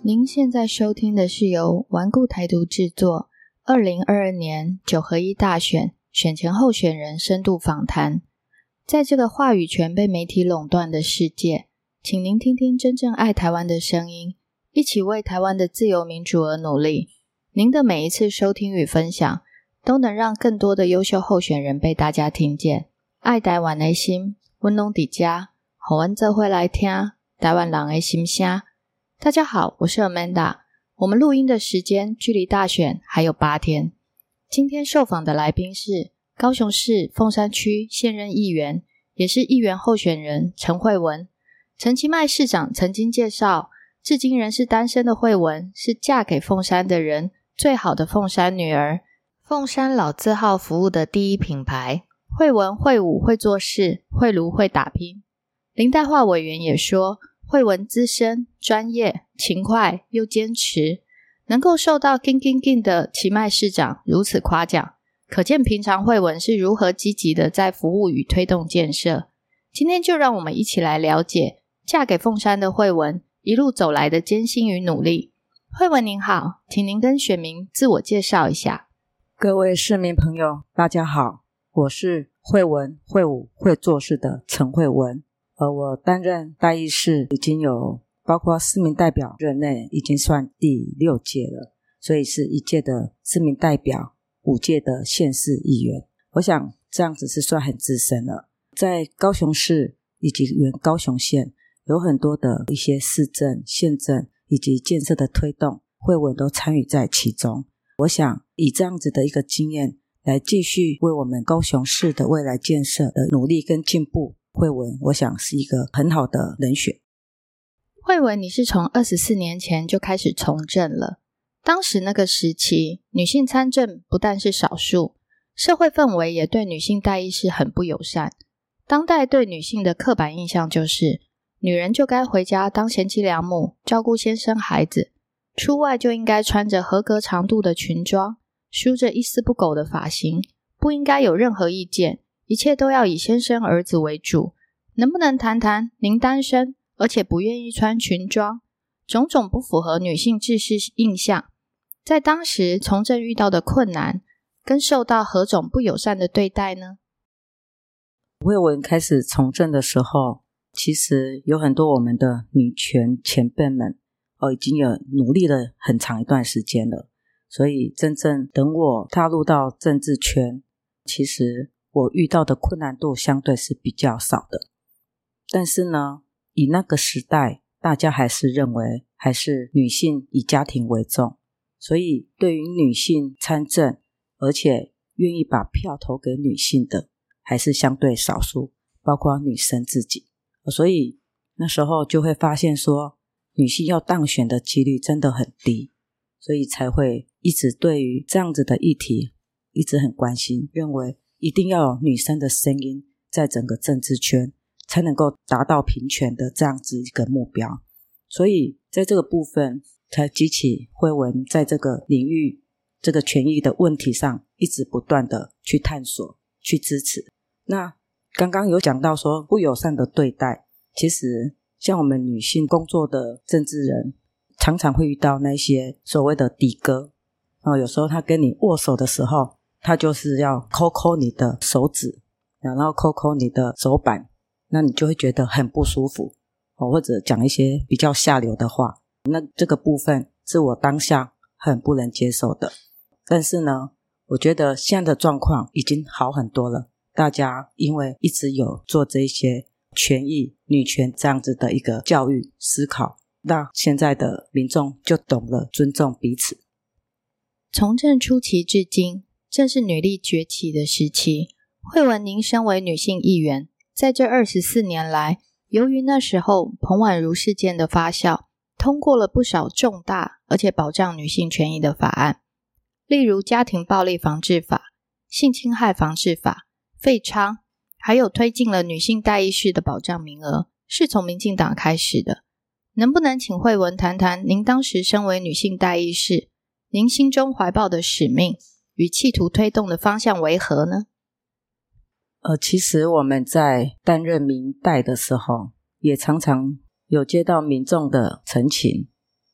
您现在收听的是由顽固台独制作2022年9合1大选选前候选人深度访谈。在这个话语权被媒体垄断的世界，请您听听真正爱台湾的声音，一起为台湾的自由民主而努力。您的每一次收听与分享，都能让更多的优秀候选人被大家听见。爱台湾的心，阮拢伫遮，互阮做伙来听台湾人的心声。大家好，我是 Amanda。 我们录音的时间距离大选还有8天。今天受访的来宾是高雄市凤山区现任议员，也是议员候选人陈慧文。陈其迈市长曾经介绍，至今仍是单身的慧文是嫁给凤山的人最好的凤山女儿，凤山老字号服务的第一品牌。慧文会武会做事，会炉会打拼。林代化委员也说，慧文资深、专业、勤快又坚持，能够受到金的其迈市长如此夸奖，可见平常慧文是如何积极的在服务与推动建设。今天就让我们一起来了解嫁给凤山的慧文一路走来的艰辛与努力。慧文您好，请您跟选民自我介绍一下。 各位市民朋友大家好，我是慧文会武会做事的陈慧文。我担任代议士已经有包括市民代表任内已经算第6届了，所以是1届的市民代表，5届的县市议员。我想这样子是算很资深了。在高雄市以及原高雄县有很多的一些市政、县政以及建设的推动，慧文都参与在其中。我想以这样子的一个经验来继续为我们高雄市的未来建设的努力跟进步，慧文我想是一个很好的人选。 慧文你是从24年前就开始从政了，当时那个时期女性参政不但是少数，社会氛围也对女性代议士很不友善。当代对女性的刻板印象就是女人就该回家当贤妻良母，照顾先生孩子，出外就应该穿着合格长度的裙装，梳着一丝不苟的发型，不应该有任何意见，一切都要以先生儿子为主。能不能谈谈您单身而且不愿意穿裙装，种种不符合女性制式印象，在当时从政遇到的困难跟受到何种不友善的对待呢？ 慧文开始从政的时候，其实有很多我们的女权前辈们已经有努力了很长一段时间了，所以真正等我踏入到政治圈，其实我遇到的困难度相对是比较少的。但是呢，以那个时代大家还是认为还是女性以家庭为重，所以对于女性参政而且愿意把票投给女性的还是相对少数，包括女生自己。所以那时候就会发现说女性要当选的几率真的很低，所以才会一直对于这样子的议题一直很关心，认为一定要有女生的声音在整个政治圈才能够达到平权的这样子一个目标。所以在这个部分才激起慧文在这个领域这个权益的问题上一直不断的去探索去支持。那刚刚有讲到说不友善的对待，其实像我们女性工作的政治人常常会遇到那些所谓的的哥，有时候他跟你握手的时候，他就是要抠你的手指，然后抠你的手板，那你就会觉得很不舒服，或者讲一些比较下流的话，那这个部分是我当下很不能接受的。但是呢，我觉得现在的状况已经好很多了，大家因为一直有做这些权益女权这样子的一个教育思考，那现在的民众就懂了尊重彼此。 从政初期至今正是女力崛起的时期，慧文您身为女性议员，在这24年来，由于那时候彭婉如事件的发酵，通过了不少重大而且保障女性权益的法案，例如家庭暴力防治法、性侵害防治法、废娼，还有推进了女性代议士的保障名额，是从民进党开始的。能不能请慧文谈谈您当时身为女性代议士，您心中怀抱的使命与企图推动的方向为何呢？ 其实我们在担任民代的时候，也常常有接到民众的陈情，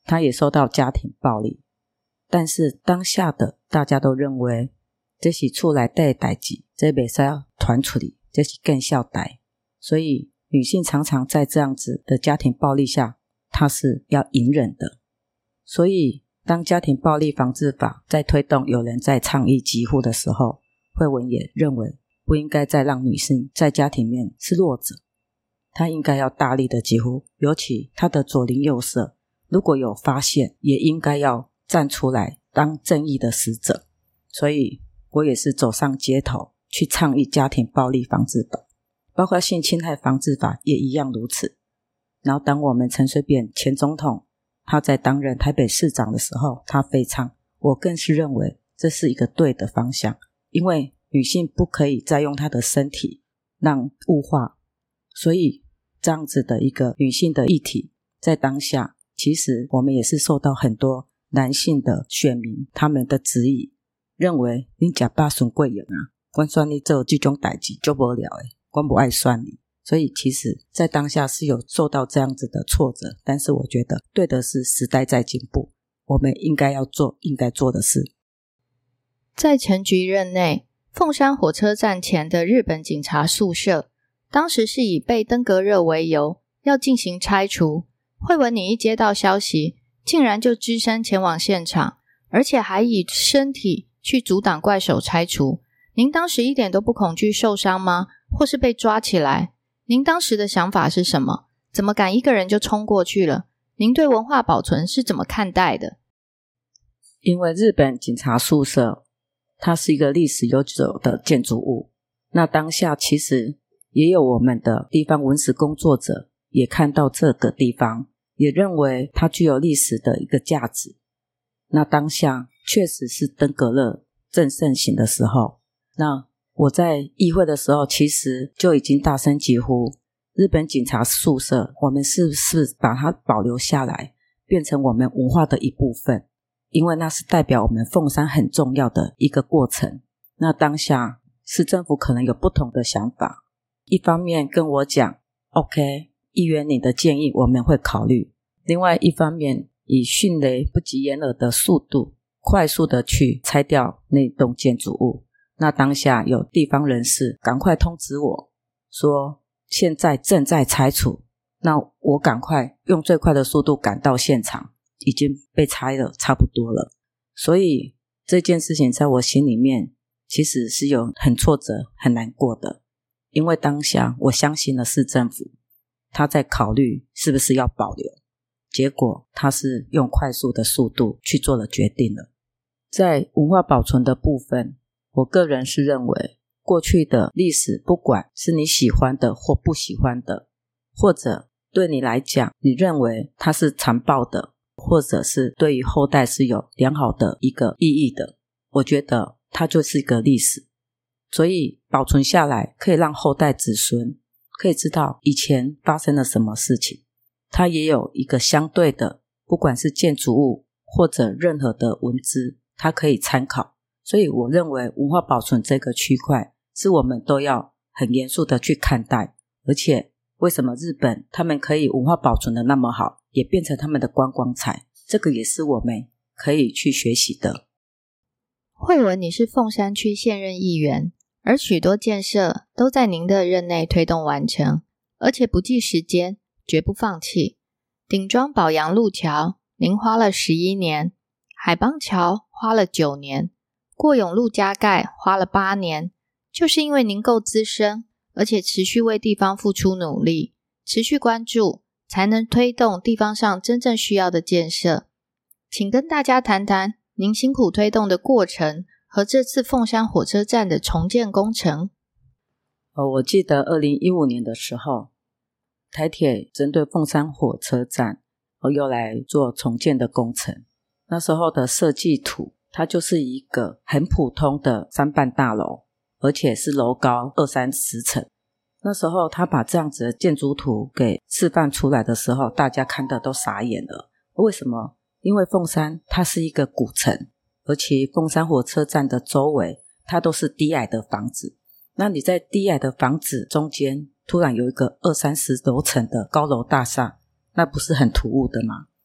他也受到家庭暴力，但是当下的大家都认为这是厝内底的代志，这不可以传出去，这是更孝代，所以女性常常在这样子的家庭暴力下，她是要隐忍的。所以当家庭暴力防治法在推动，有人在倡议疾呼的时候，慧文也认为不应该再让女性在家庭里面是弱者，她应该要大力的疾呼，尤其她的左邻右舍如果有发现，也应该要站出来当正义的使者。所以我也是走上街头去倡议家庭暴力防治法，包括性侵害防治法也一样如此。然后当我们陈水扁前总统他在担任台北市长的时候，他非常，我更是认为这是一个对的方向，因为女性不可以再用她的身体让物化，所以这样子的一个女性的议题在当下，其实我们也是受到很多男性的选民他们的质疑，认为你吃饱选过用啊，我选你做这种代志就无聊的，我不爱选你。所以其实在当下是有受到这样子的挫折，但是我觉得对的是时代在进步，我们应该要做应该做的事。 在陈菊任内，凤山火车站前的日本警察宿舍当时是以被登革热为由要进行拆除，慧文你一接到消息竟然就只身前往现场，而且还以身体去阻挡怪手拆除。您当时一点都不恐惧受伤吗？或是被抓起来？您当时的想法是什么？怎么敢一个人就冲过去了？您对文化保存是怎么看待的？ 因为日本警察宿舍它是一个历史悠久的建筑物，那当下其实也有我们的地方文史工作者也看到这个地方，也认为它具有历史的一个价值。那当下确实是登革热正盛行的时候，那我在议会的时候其实就已经大声疾呼，日本警察宿舍我们是不是把它保留下来，变成我们文化的一部分，因为那是代表我们凤山很重要的一个过程。那当下市政府可能有不同的想法，一方面跟我讲 OK， 议员你的建议我们会考虑，另外一方面以迅雷不及掩耳的速度快速的去拆掉那栋建筑物。那当下有地方人士赶快通知我说现在正在拆除，那我赶快用最快的速度赶到现场，已经被拆了差不多了。所以这件事情在我心里面其实是有很挫折很难过的，因为当下我相信了市政府他在考虑是不是要保留，结果他是用快速的速度去做了决定了。在文化保存的部分，我个人是认为过去的历史不管是你喜欢的或不喜欢的，或者对你来讲你认为它是残暴的，或者是对于后代是有良好的一个意义的，我觉得它就是一个历史，所以保存下来可以让后代子孙可以知道以前发生了什么事情，它也有一个相对的不管是建筑物或者任何的文字它可以参考。所以我认为文化保存这个区块是我们都要很严肃的去看待，而且为什么日本他们可以文化保存的那么好，也变成他们的观光财，这个也是我们可以去学习的。 慧文你是凤山区现任议员，而许多建设都在您的任内推动完成，而且不计时间，绝不放弃。顶庄保阳路桥您花了11年，海邦桥花了9年，过永路加盖花了8年，就是因为您够资深，而且持续为地方付出努力，持续关注，才能推动地方上真正需要的建设。请跟大家谈谈您辛苦推动的过程和这次凤山火车站的重建工程。 我记得2015年的时候，台铁针对凤山火车站又来做重建的工程，那时候的设计图它就是一个很普通的3办大楼，而且是楼高20-30层。那时候他把这样子的建筑图给示范出来的时候，大家看的都傻眼了。为什么？因为凤山它是一个古城，而且凤山火车站的周围它都是低矮的房子，那你在低矮的房子中间突然有一个20-30楼层的高楼大厦，那不是很突兀的吗？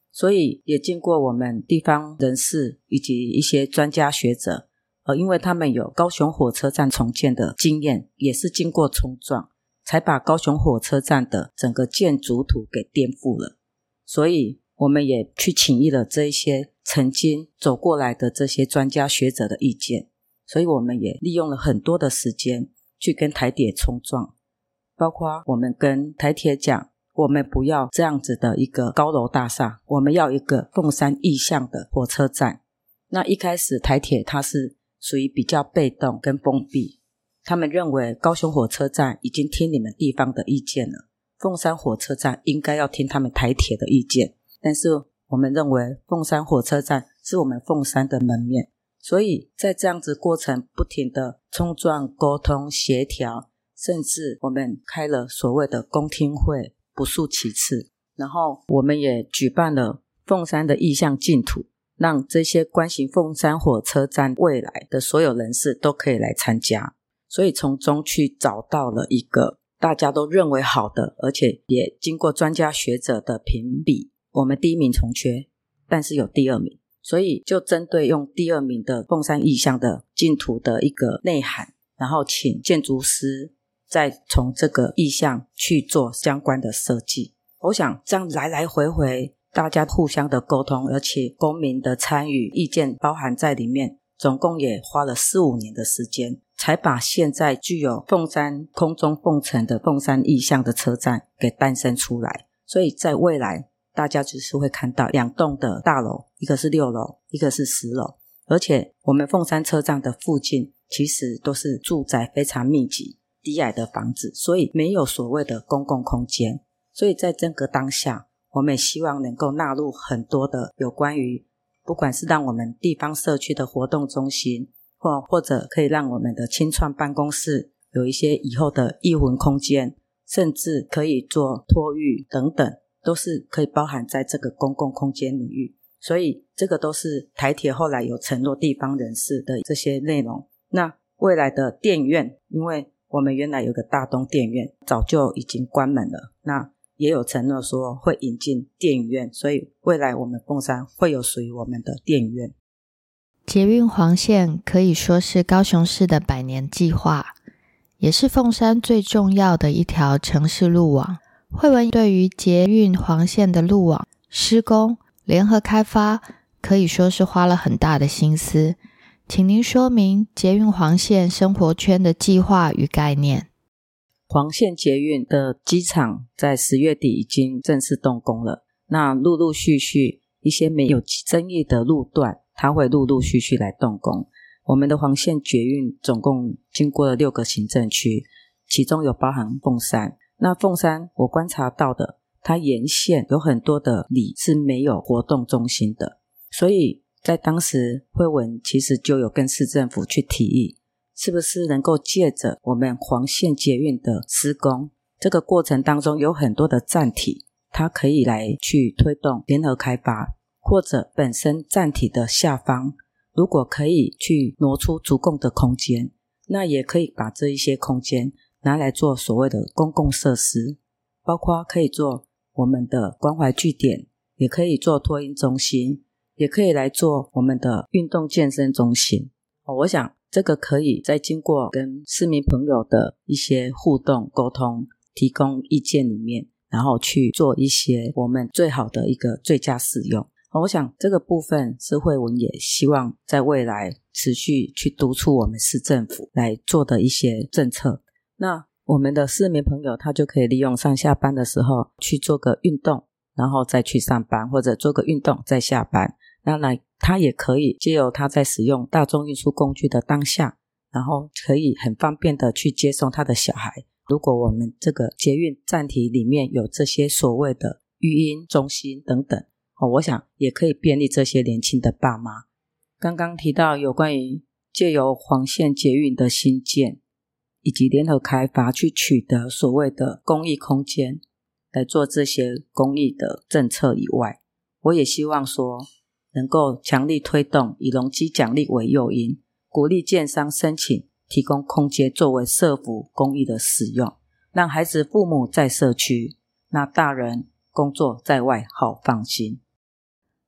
所以也经过我们地方人士以及一些专家学者，因为他们有高雄火车站重建的经验，也是经过冲撞才把高雄火车站的整个建筑图给颠覆了。所以我们也去请益了这一些曾经走过来的这些专家学者的意见，所以我们也利用了很多的时间去跟台铁冲撞，包括我们跟台铁讲，我们不要这样子的一个高楼大厦，我们要一个凤山意象的火车站。那一开始台铁它是属于比较被动跟封闭，他们认为高雄火车站已经听你们地方的意见了，凤山火车站应该要听他们台铁的意见，但是我们认为凤山火车站是我们凤山的门面，所以在这样子过程不停的冲撞沟通协调，甚至我们开了所谓的公听会不数其次，然后我们也举办了凤山的意象竞图，让这些关心凤山火车站未来的所有人士都可以来参加，所以从中去找到了一个大家都认为好的，而且也经过专家学者的评比，我们第一名从缺，但是有第二名，所以就针对用第二名的凤山意象的竞图的一个内涵，然后请建筑师再从这个意象去做相关的设计。我想这样来来回回大家互相的沟通，而且公民的参与意见包含在里面，总共也花了4-5年的时间，才把现在具有凤山空中凤城的凤山意象的车站给诞生出来。所以在未来大家就是会看到2栋的大楼，一个是6楼，一个是10楼，而且我们凤山车站的附近其实都是住宅非常密集低矮的房子，所以没有所谓的公共空间。所以在这个当下，我们也希望能够纳入很多的有关于不管是让我们地方社区的活动中心，或者可以让我们的青创办公室有一些以后的艺文空间，甚至可以做托育等等，都是可以包含在这个公共空间领域。所以这个都是台铁后来有承诺地方人士的这些内容。那未来的电影院，因为我们原来有个大东电影院早就已经关门了，那也有承诺说会引进电影院，所以未来我们凤山会有属于我们的电影院。 捷运黄线可以说是高雄市的100年计划，也是凤山最重要的一条城市路网。慧文对于捷运黄线的路网施工联合开发可以说是花了很大的心思，请您说明捷运黄线生活圈的计划与概念。 黄线捷运的机场在10月底已经正式动工了，那陆陆续续一些没有争议的路段它会陆陆续续来动工。我们的黄线捷运总共经过了6个行政区，其中有包含凤山。那凤山我观察到的，它沿线有很多的里是没有活动中心的，所以在当时慧文其实就有跟市政府去提议，是不是能够借着我们黄线捷运的施工，这个过程当中有很多的站体，它可以来去推动联合开发，或者本身站体的下方如果可以去挪出足够的空间，那也可以把这一些空间拿来做所谓的公共设施，包括可以做我们的关怀据点，也可以做托婴中心，也可以来做我们的运动健身中心。我想这个可以再经过跟市民朋友的一些互动沟通，提供意见里面，然后去做一些我们最好的一个最佳使用。我想这个部分是慧文也希望在未来持续去督促我们市政府来做的一些政策。那我们的市民朋友他就可以利用上下班的时候去做个运动，然后再去上班，或者做个运动再下班。那他也可以藉由他在使用大众运输工具的当下，然后可以很方便的去接送他的小孩。如果我们这个捷运站体里面有这些所谓的育婴中心等等，我想也可以便利这些年轻的爸妈。刚刚提到有关于藉由黄线捷运的新建以及联合开发去取得所谓的公益空间来做这些公益的政策以外，我也希望说能够强力推动以容积奖励为诱因，鼓励建商申请提供空间作为社福公益的使用，让孩子父母在社区，那大人工作在外好放心。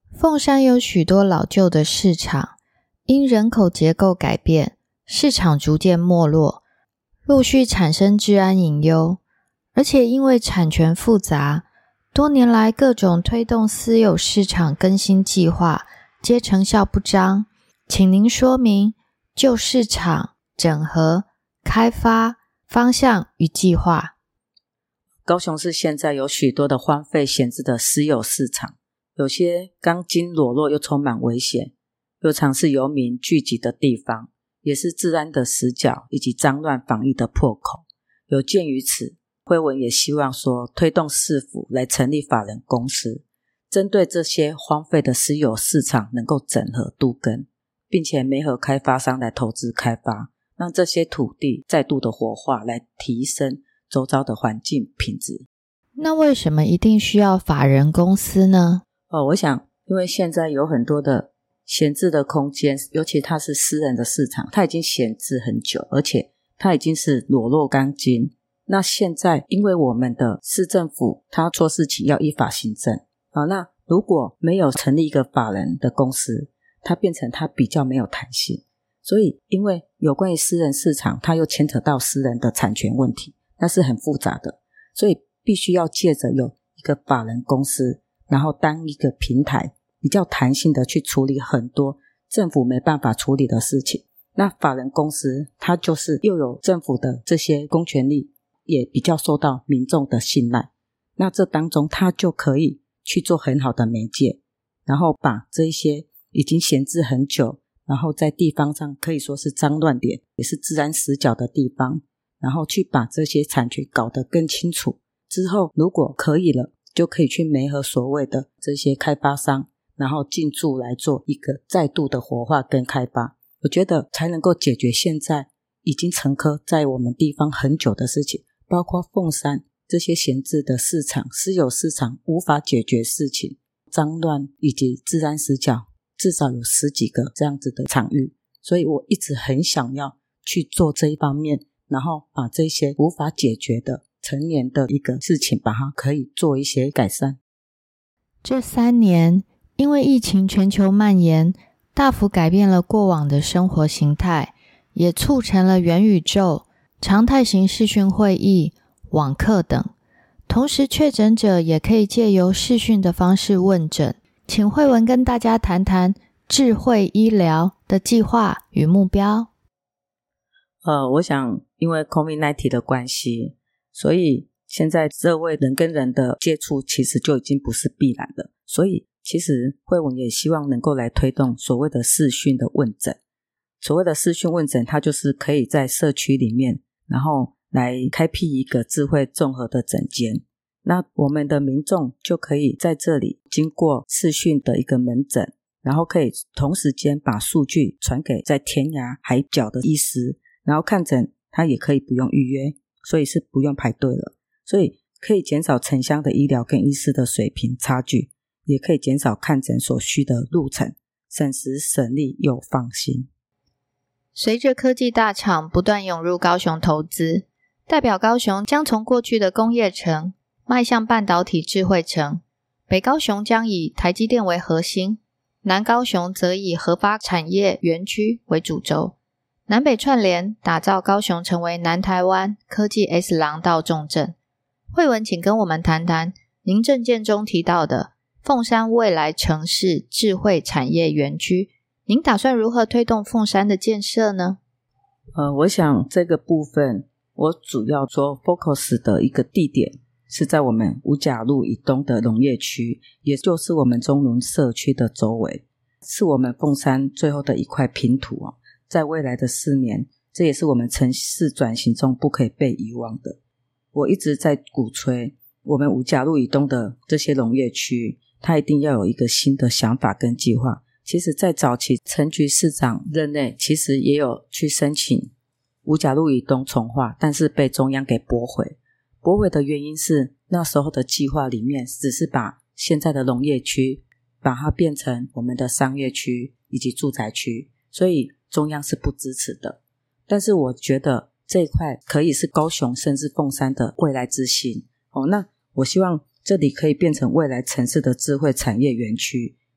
凤山有许多老旧的市场，因人口结构改变，市场逐渐没落，陆续产生治安隐忧，而且因为产权复杂，多年来各种推动私有市场更新计划皆成效不彰，请您说明旧市场整合、开发方向与计划。 高雄市现在有许多的荒废闲置的私有市场，有些钢筋裸露又充满危险，又常是游民聚集的地方，也是治安的死角以及脏乱防疫的破口。有鉴于此，慧文也希望说推动市府来成立法人公司，针对这些荒废的私有市场能够整合都更，并且媒合开发商来投资开发，让这些土地再度的活化，来提升周遭的环境品质。 那为什么一定需要法人公司呢？ 我想因为现在有很多的闲置的空间，尤其它是私人的市场，它已经闲置很久，而且它已经是裸露钢筋。那现在因为我们的市政府它做事情要依法行政，那如果没有成立一个法人的公司，它变成它比较没有弹性。所以因为有关于私人市场，它又牵扯到私人的产权问题，那是很复杂的，所以必须要借着有一个法人公司，然后当一个平台，比较弹性的去处理很多政府没办法处理的事情。那法人公司它就是又有政府的这些公权力，也比较受到民众的信赖，那这当中它就可以去做很好的媒介，然后把这一些已经闲置很久，然后在地方上可以说是脏乱点，也是治安死角的地方，然后去把这些产权搞得更清楚，之后如果可以了，就可以去媒合所谓的这些开发商，然后进驻来做一个再度的活化跟开发。我觉得才能够解决现在已经沉疴在我们地方很久的事情，包括凤山这些闲置的市场、私有市场无法解决事情，脏乱以及治安死角至少有10几个这样子的场域，所以我一直很想要去做这一方面，然后把这些无法解决的成年的一个事情，把它可以做一些改善。 这3年因为疫情全球蔓延，大幅改变了过往的生活形态，也促成了元宇宙、常态型视讯会议、网课等。同时确诊者也可以借由视讯的方式问诊。请慧文跟大家谈谈智慧医疗的计划与目标。 我想因为 COVID-19 的关系，所以现在这位人跟人的接触其实就已经不是必然了，所以其实慧文也希望能够来推动所谓的视讯的问诊。所谓的视讯问诊，它就是可以在社区里面，然后来开辟一个智慧综合的诊间，那我们的民众就可以在这里经过视讯的一个门诊，然后可以同时间把数据传给在天涯海角的医师，然后看诊他也可以不用预约，所以是不用排队了，所以可以减少城乡的医疗跟医师的水平差距，也可以减少看诊所需的路程，省时省力又放心。 随着科技大厂不断涌入高雄投资，代表高雄将从过去的工业城迈向半导体智慧城，北高雄将以台积电为核心，南高雄则以核发产业园区为主轴，南北串联，打造高雄成为南台湾科技 S 廊道重镇。慧文，请跟我们谈谈您政见中提到的凤山未来城市智慧产业园区，您打算如何推动凤山的建设呢？ 我想这个部分我主要做 focus 的一个地点是在我们五甲路以东的农业区，也就是我们中仑社区的周围，是我们凤山最后的一块拼图在未来的4年，这也是我们城市转型中不可以被遗忘的。我一直在鼓吹我们五甲路以东的这些农业区，它一定要有一个新的想法跟计划。其实在早期陈菊市长任内，其实也有去申请五甲路以东重划，但是被中央给驳回。驳回的原因是那时候的计划里面只是把现在的农业区把它变成我们的商业区以及住宅区，所以中央是不支持的。但是我觉得这一块可以是高雄甚至凤山的未来之星那我希望这里可以变成未来城市的智慧产业园区，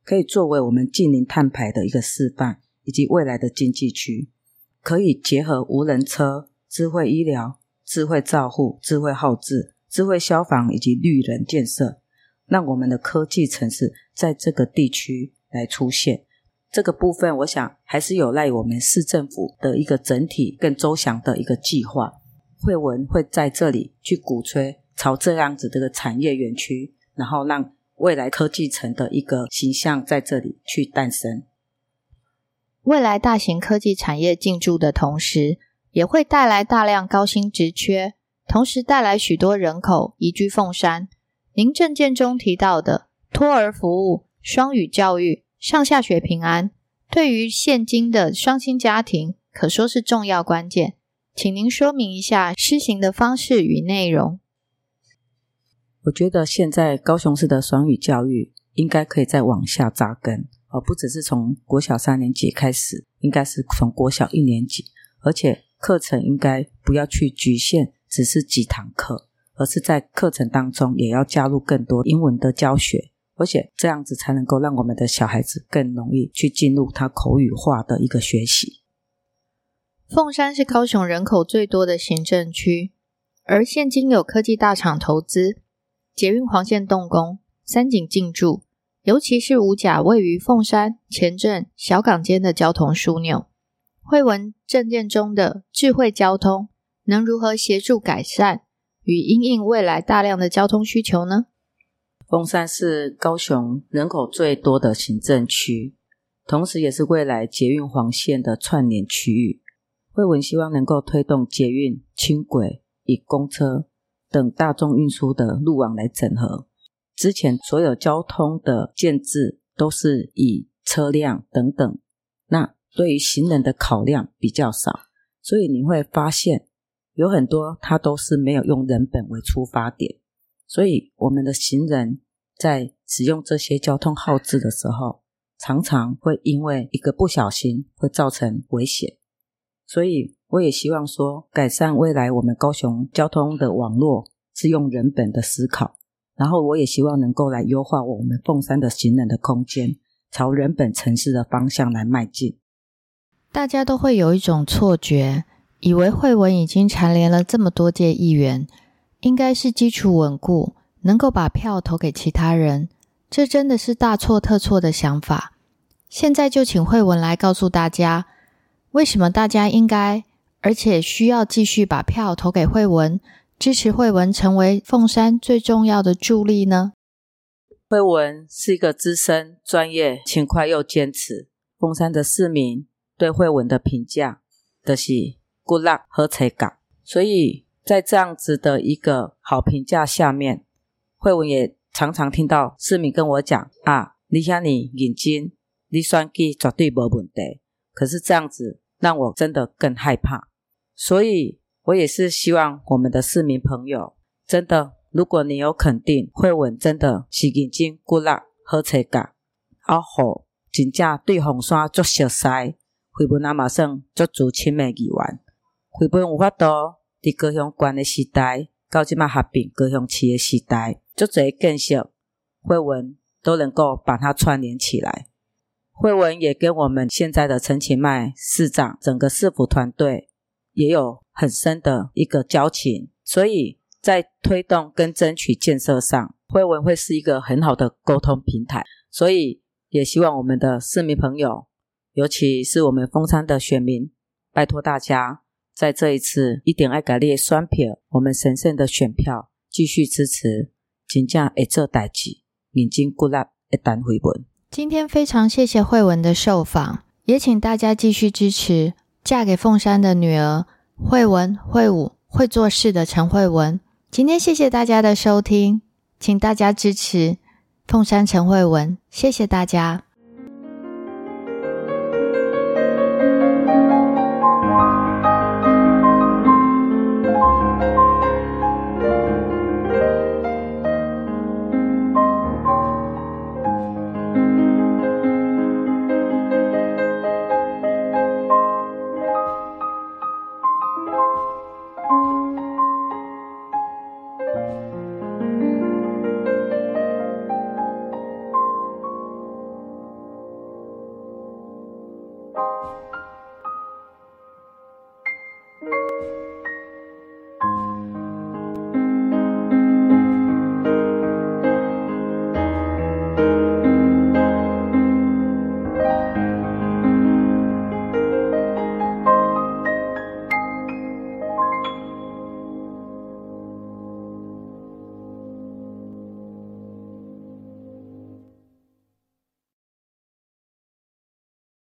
可以作为我们近零碳排的一个示范，以及未来的经济区，可以结合无人车、智慧医疗、智慧照护、智慧后置、智慧消防以及绿人建设，让我们的科技城市在这个地区来出现。这个部分我想还是有赖我们市政府的一个整体更周详的一个计划。慧文会在这里去鼓吹朝这样子的产业园区，然后让未来科技城的一个形象在这里去诞生。 未来大型科技产业进驻的同时，也会带来大量高薪职缺，同时带来许多人口移居凤山。您政见中提到的托儿服务、双语教育、上下学平安，对于现今的双薪家庭可说是重要关键，请您说明一下施行的方式与内容。 我觉得现在高雄市的双语教育应该可以再往下扎根，而不只是从国小3年级开始，应该是从国小1年级，而且课程应该不要去局限只是几堂课，而是在课程当中也要加入更多英文的教学，而且这样子才能够让我们的小孩子更容易去进入他口语化的一个学习。 凤山是高雄人口最多的行政区，而现今有科技大厂投资，捷运黄线动工，三井进驻，尤其是五甲位于凤山、前镇、小港间的交通枢纽。慧文政见中的智慧交通能如何协助改善与因应未来大量的交通需求呢？ 凤山是高雄人口最多的行政区，同时也是未来捷运黄线的串联区域。慧文希望能够推动捷运、轻轨与公车等大众运输的路网来整合。之前所有交通的建制都是以车辆等等，那对于行人的考量比较少，所以你会发现有很多它都是没有用人本为出发点，所以我们的行人在使用这些交通号志的时候，常常会因为一个不小心会造成危险。所以我也希望说，改善未来我们高雄交通的网络是用人本的思考，然后我也希望能够来优化我们凤山的行人的空间，朝人本城市的方向来迈进。 大家都会有一种错觉，以为慧文已经蝉联了这么多届议员，应该是基础稳固，能够把票投给其他人，这真的是大错特错的想法。现在就请慧文来告诉大家，为什么大家应该而且需要继续把票投给慧文，支持慧文成为凤山最重要的助力呢？ 慧文是一个资深、专业、勤快又坚持。凤山的市民对慧文的评价就是good luck好找角，所以在这样子的一个好评价下面，慧文也常常听到市民跟我讲你遐尼认真，你选举绝对没问题。可是这样子让我真的更害怕，所以我也是希望我们的市民朋友，真的如果你有肯定慧文真的是认真good luck好找角，好真正对凤山足熟悉，慧文也马上足资深的议员，慧文有法度伫高雄县的时代到现在合并高雄市的时代，足侪建设慧文都能够把它串联起来。慧文也跟我们现在的陈其迈市长整个市府团队也有很深的一个交情，所以在推动跟争取建设上，慧文会是一个很好的沟通平台。所以也希望我们的市民朋友，尤其是我们凤山的选民，拜托大家在这一次一定要给你的选票，我们神圣的选票继续支持真正会做代志认真good luck的陈慧文。 今天非常谢谢慧文的受访，也请大家继续支持嫁给凤山的女儿慧文、慧武、会做事的陈慧文。今天谢谢大家的收听，请大家支持凤山陈慧文，谢谢大家。